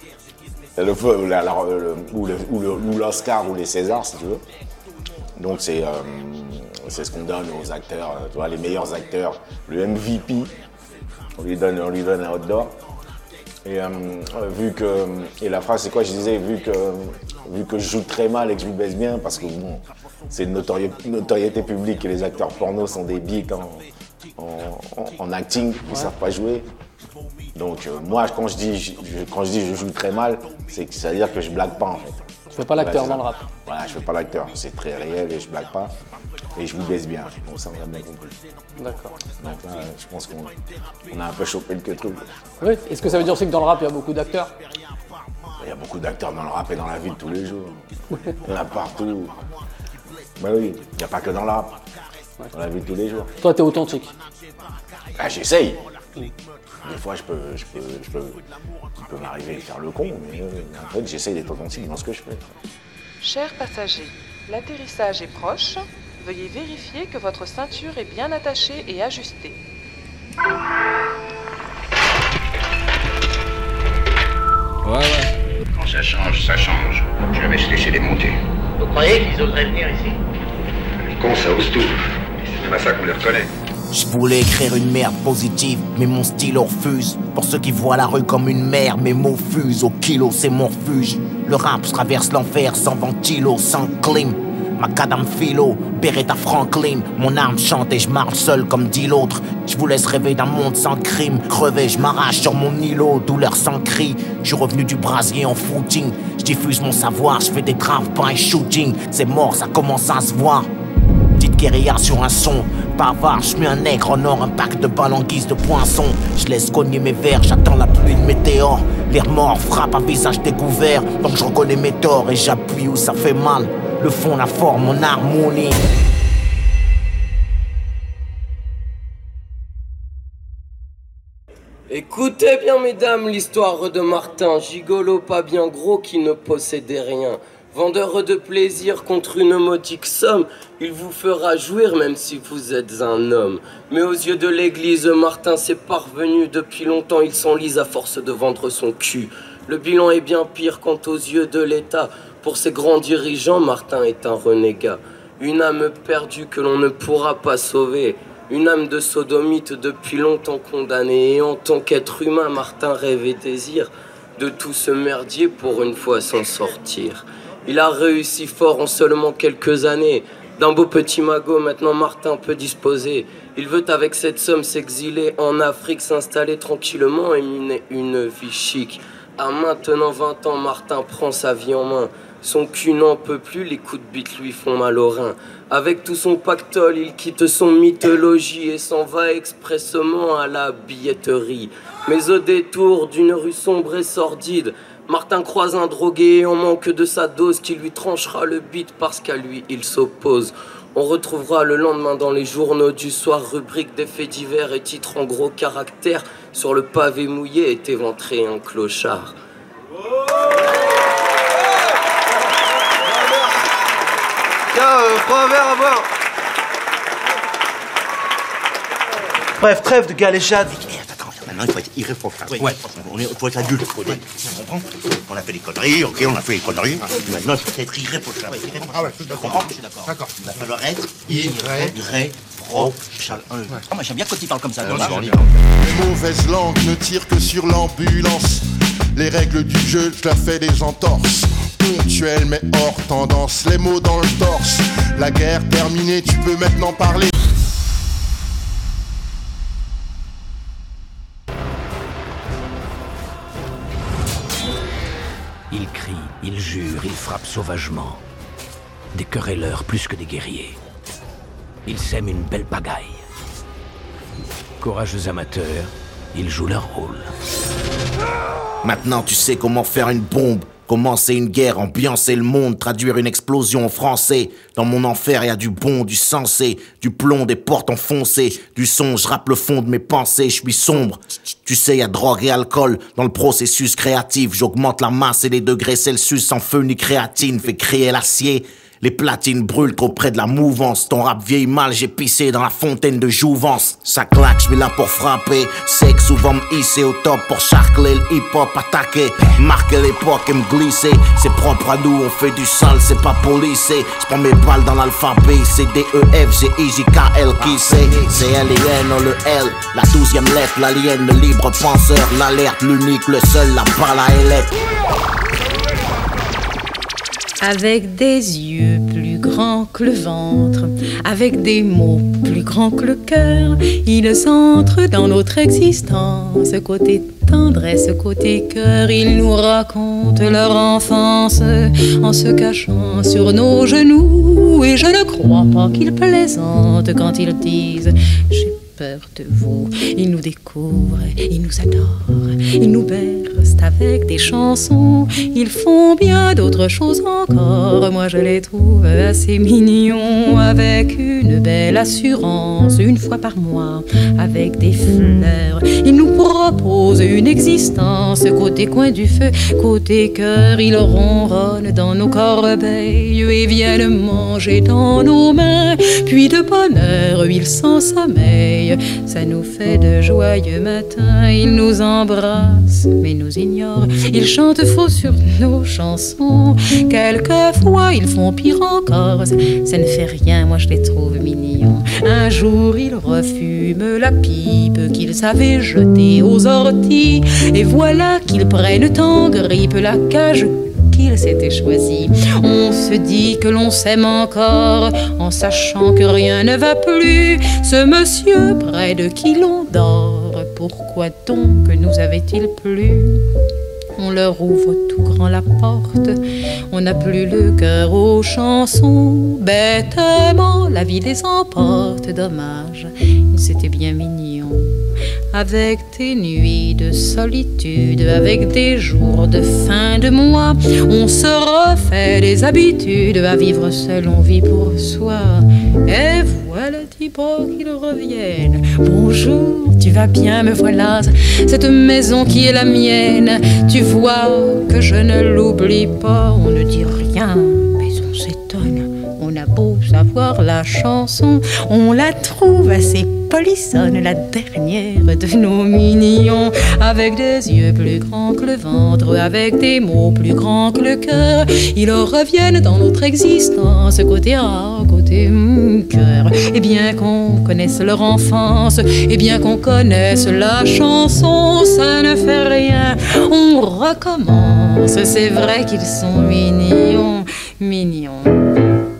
Le, la, la, le, ou, le, ou, le, ou l'Oscar ou les Césars, si tu veux. Donc c'est, euh, c'est ce qu'on donne aux acteurs, tu vois, les meilleurs acteurs. Le M V P, on lui donne, on lui donne un Hot d'or. Et euh, vu que, et la phrase c'est quoi? Je disais vu que, vu que je joue très mal et que je me baisse bien, parce que bon, c'est une notoriété, notoriété publique et les acteurs porno sont des biques en, en, en, en acting, ils ne ouais. savent pas jouer. Donc euh, moi quand je dis je, quand je dis je joue très mal, c'est que ça veut dire que je blague pas en fait. Tu fais pas l'acteur voilà, dans le rap. Voilà, je fais pas l'acteur, c'est très réel et je blague pas. Et je vous baisse bien, donc ça on a bien compris. D'accord. Donc là, je pense qu'on on a un peu chopé le truc. Oui, est-ce que ça veut dire aussi que dans le rap il y a beaucoup d'acteurs? Il y a beaucoup d'acteurs dans le rap et dans la vie de tous les jours. Il y en a partout. Bah oui, il n'y a pas que dans le rap. Ouais. Dans la vie de tous les jours. Toi t'es authentique. Ah, j'essaye. Oui. Des fois, je peux, je peux, je peux, il peut m'arriver de faire le con, mais euh, en fait, j'essaye d'être authentique dans ce que je fais. Chers passagers, l'atterrissage est proche. Veuillez vérifier que votre ceinture est bien attachée et ajustée. Ouais, ouais. Quand ça change, ça change. Je vais se laisser démonter. Vous croyez qu'ils oseraient venir ici? Les cons, ça ose tout. C'est même à ça qu'on les reconnaît. Je voulais écrire une merde positive, mais mon stylo refuse. Pour ceux qui voient la rue comme une mer, mes mots fusent. Au kilo, c'est mon refuge. Le rap traverse l'enfer sans ventilo, sans clim. macadam philo, Beretta Franklin. Mon arme chante et je marche seul comme dit l'autre. Je vous laisse rêver d'un monde sans crime. Crevé, je m'arrache sur mon îlot, douleur sans cri. Je suis revenu du brasier en footing. Je diffuse mon savoir, je fais des drive-by shooting. C'est mort, ça commence à se voir. Petite guérilla sur un son, bavard, je mets un nègre en or, un pack de balles en guise de poinçon. Je laisse cogner mes verres, j'attends la pluie de météore. L'air mort frappe à visage découvert, donc je reconnais mes torts et j'appuie où ça fait mal. Le fond, la forme, mon harmonie. Écoutez bien mesdames l'histoire de Martin, gigolo pas bien gros qui ne possédait rien. Vendeur de plaisir contre une modique somme, il vous fera jouir même si vous êtes un homme. Mais aux yeux de l'église, Martin s'est parvenu, depuis longtemps il s'enlise à force de vendre son cul. Le bilan est bien pire quant aux yeux de l'État. Pour ces grands dirigeants, Martin est un renégat. Une âme perdue que l'on ne pourra pas sauver. Une âme de sodomite depuis longtemps condamnée. Et en tant qu'être humain, Martin rêve et désire de tout ce merdier pour une fois s'en sortir. Il a réussi fort en seulement quelques années. D'un beau petit magot, maintenant Martin peut disposer. Il veut avec cette somme s'exiler en Afrique, s'installer tranquillement et mener une vie chic. À maintenant vingt ans, Martin prend sa vie en main. Son cul n'en peut plus, les coups de bite lui font mal au rein. Avec tout son pactole, il quitte son mythologie et s'en va expressément à la billetterie. Mais au détour d'une rue sombre et sordide, Martin croise un drogué en manque de sa dose qui lui tranchera le bit parce qu'à lui il s'oppose. On retrouvera le lendemain dans les journaux du soir rubrique des faits divers et titre en gros caractères. Sur le pavé mouillé est éventré un clochard. Tiens, euh, prends un verre à boire. Bref, trêve de galéjade. Maintenant, il faut être irréprochable. Oui. Ouais. On est, faut être adulte. Oui. On a fait des conneries, ok, on a fait des conneries. Maintenant, il faut être irréprochable. Ah ouais, je suis d'accord. Je suis d'accord. D'accord. Il va falloir être irréprochable. Ah, moi, j'aime bien quand il parle comme ça. Les mauvaises langues ne tirent que sur l'ambulance. Les règles du jeu, je la fais des entorses. Ponctuelles mais hors tendance. Les mots dans le torse. La guerre terminée, tu peux maintenant parler. Il crie, il jure, il frappe sauvagement. Des querelleurs plus que des guerriers. Ils sèment une belle pagaille. Courageux amateurs, ils jouent leur rôle. Maintenant tu sais comment faire une bombe. Commencer une guerre, ambiancer le monde, traduire une explosion en français. Dans mon enfer, y a du bon, du sensé, du plomb, des portes enfoncées, du son, je rappe le fond de mes pensées, je suis sombre. Tu sais, y a drogue et alcool dans le processus créatif. J'augmente la masse et les degrés Celsius sans feu ni créatine, fait crier l'acier. Les platines brûlent trop près de la mouvance. Ton rap vieillit mal, j'ai pissé dans la fontaine de jouvence. Ça claque, j'suis là pour frapper. Sexe souvent me hisser au top pour charcler le hip-hop attaquer. Marquer l'époque et me glisser. C'est propre à nous, on fait du sale, c'est pas policé. J'prends mes balles dans l'alphabet. C'est D E F G I J K L qui c'est. C'est L et N, le L. La douzième lettre, l'alien, le libre penseur. L'alerte, l'unique, le seul, la balle à ailettes. Avec des yeux plus grands que le ventre, avec des mots plus grands que le cœur, ils entrent dans notre existence. Côté tendresse, côté cœur, ils nous racontent leur enfance en se cachant sur nos genoux. Et je ne crois pas qu'ils plaisantent quand ils disent « J'ai peur de vous ». Ils nous découvrent, ils nous adorent, ils nous bercent avec des chansons. Ils font bien d'autres choses encore. Moi je les trouve assez mignons. Avec une belle assurance, une fois par mois, avec des fleurs, ils nous proposent une existence. Côté coin du feu, côté cœur, ils ronronnent dans nos corbeilles et viennent manger dans nos mains. Puis de bonne heure, ils s'ensommeillent. Ça nous fait de joyeux matins. Ils nous embrassent, mais nous ignorent. Ils chantent faux sur nos chansons. Quelquefois, ils font pire encore. Ça, ça ne fait rien, moi je les trouve mignons. Un jour, ils refument la pipe qu'ils avaient jetée aux orties. Et voilà qu'ils prennent en grippe la cage qu'il s'était choisi. On se dit que l'on s'aime encore, en sachant que rien ne va plus. Ce monsieur près de qui l'on dort, pourquoi donc nous avait-il plu? On leur ouvre tout grand la porte, on n'a plus le cœur aux chansons. Bêtement, la vie les emporte, dommage, ils étaient bien mignons. Avec des nuits de solitude, avec des jours de fin de mois, on se refait des habitudes, à vivre seul on vit pour soi. Et voilà dix pas qu'ils reviennent. Bonjour, tu vas bien, me voilà, cette maison qui est la mienne. Tu vois que je ne l'oublie pas, on ne dit rien, mais on s'étonne. On a beau savoir la chanson, on la trouve assez polissonne, la dernière de nos mignons. Avec des yeux plus grands que le ventre, avec des mots plus grands que le cœur, ils reviennent dans notre existence, côté A, côté hum, cœur. Et bien qu'on connaisse leur enfance, et bien qu'on connaisse la chanson, ça ne fait rien, on recommence. C'est vrai qu'ils sont mignons, mignons.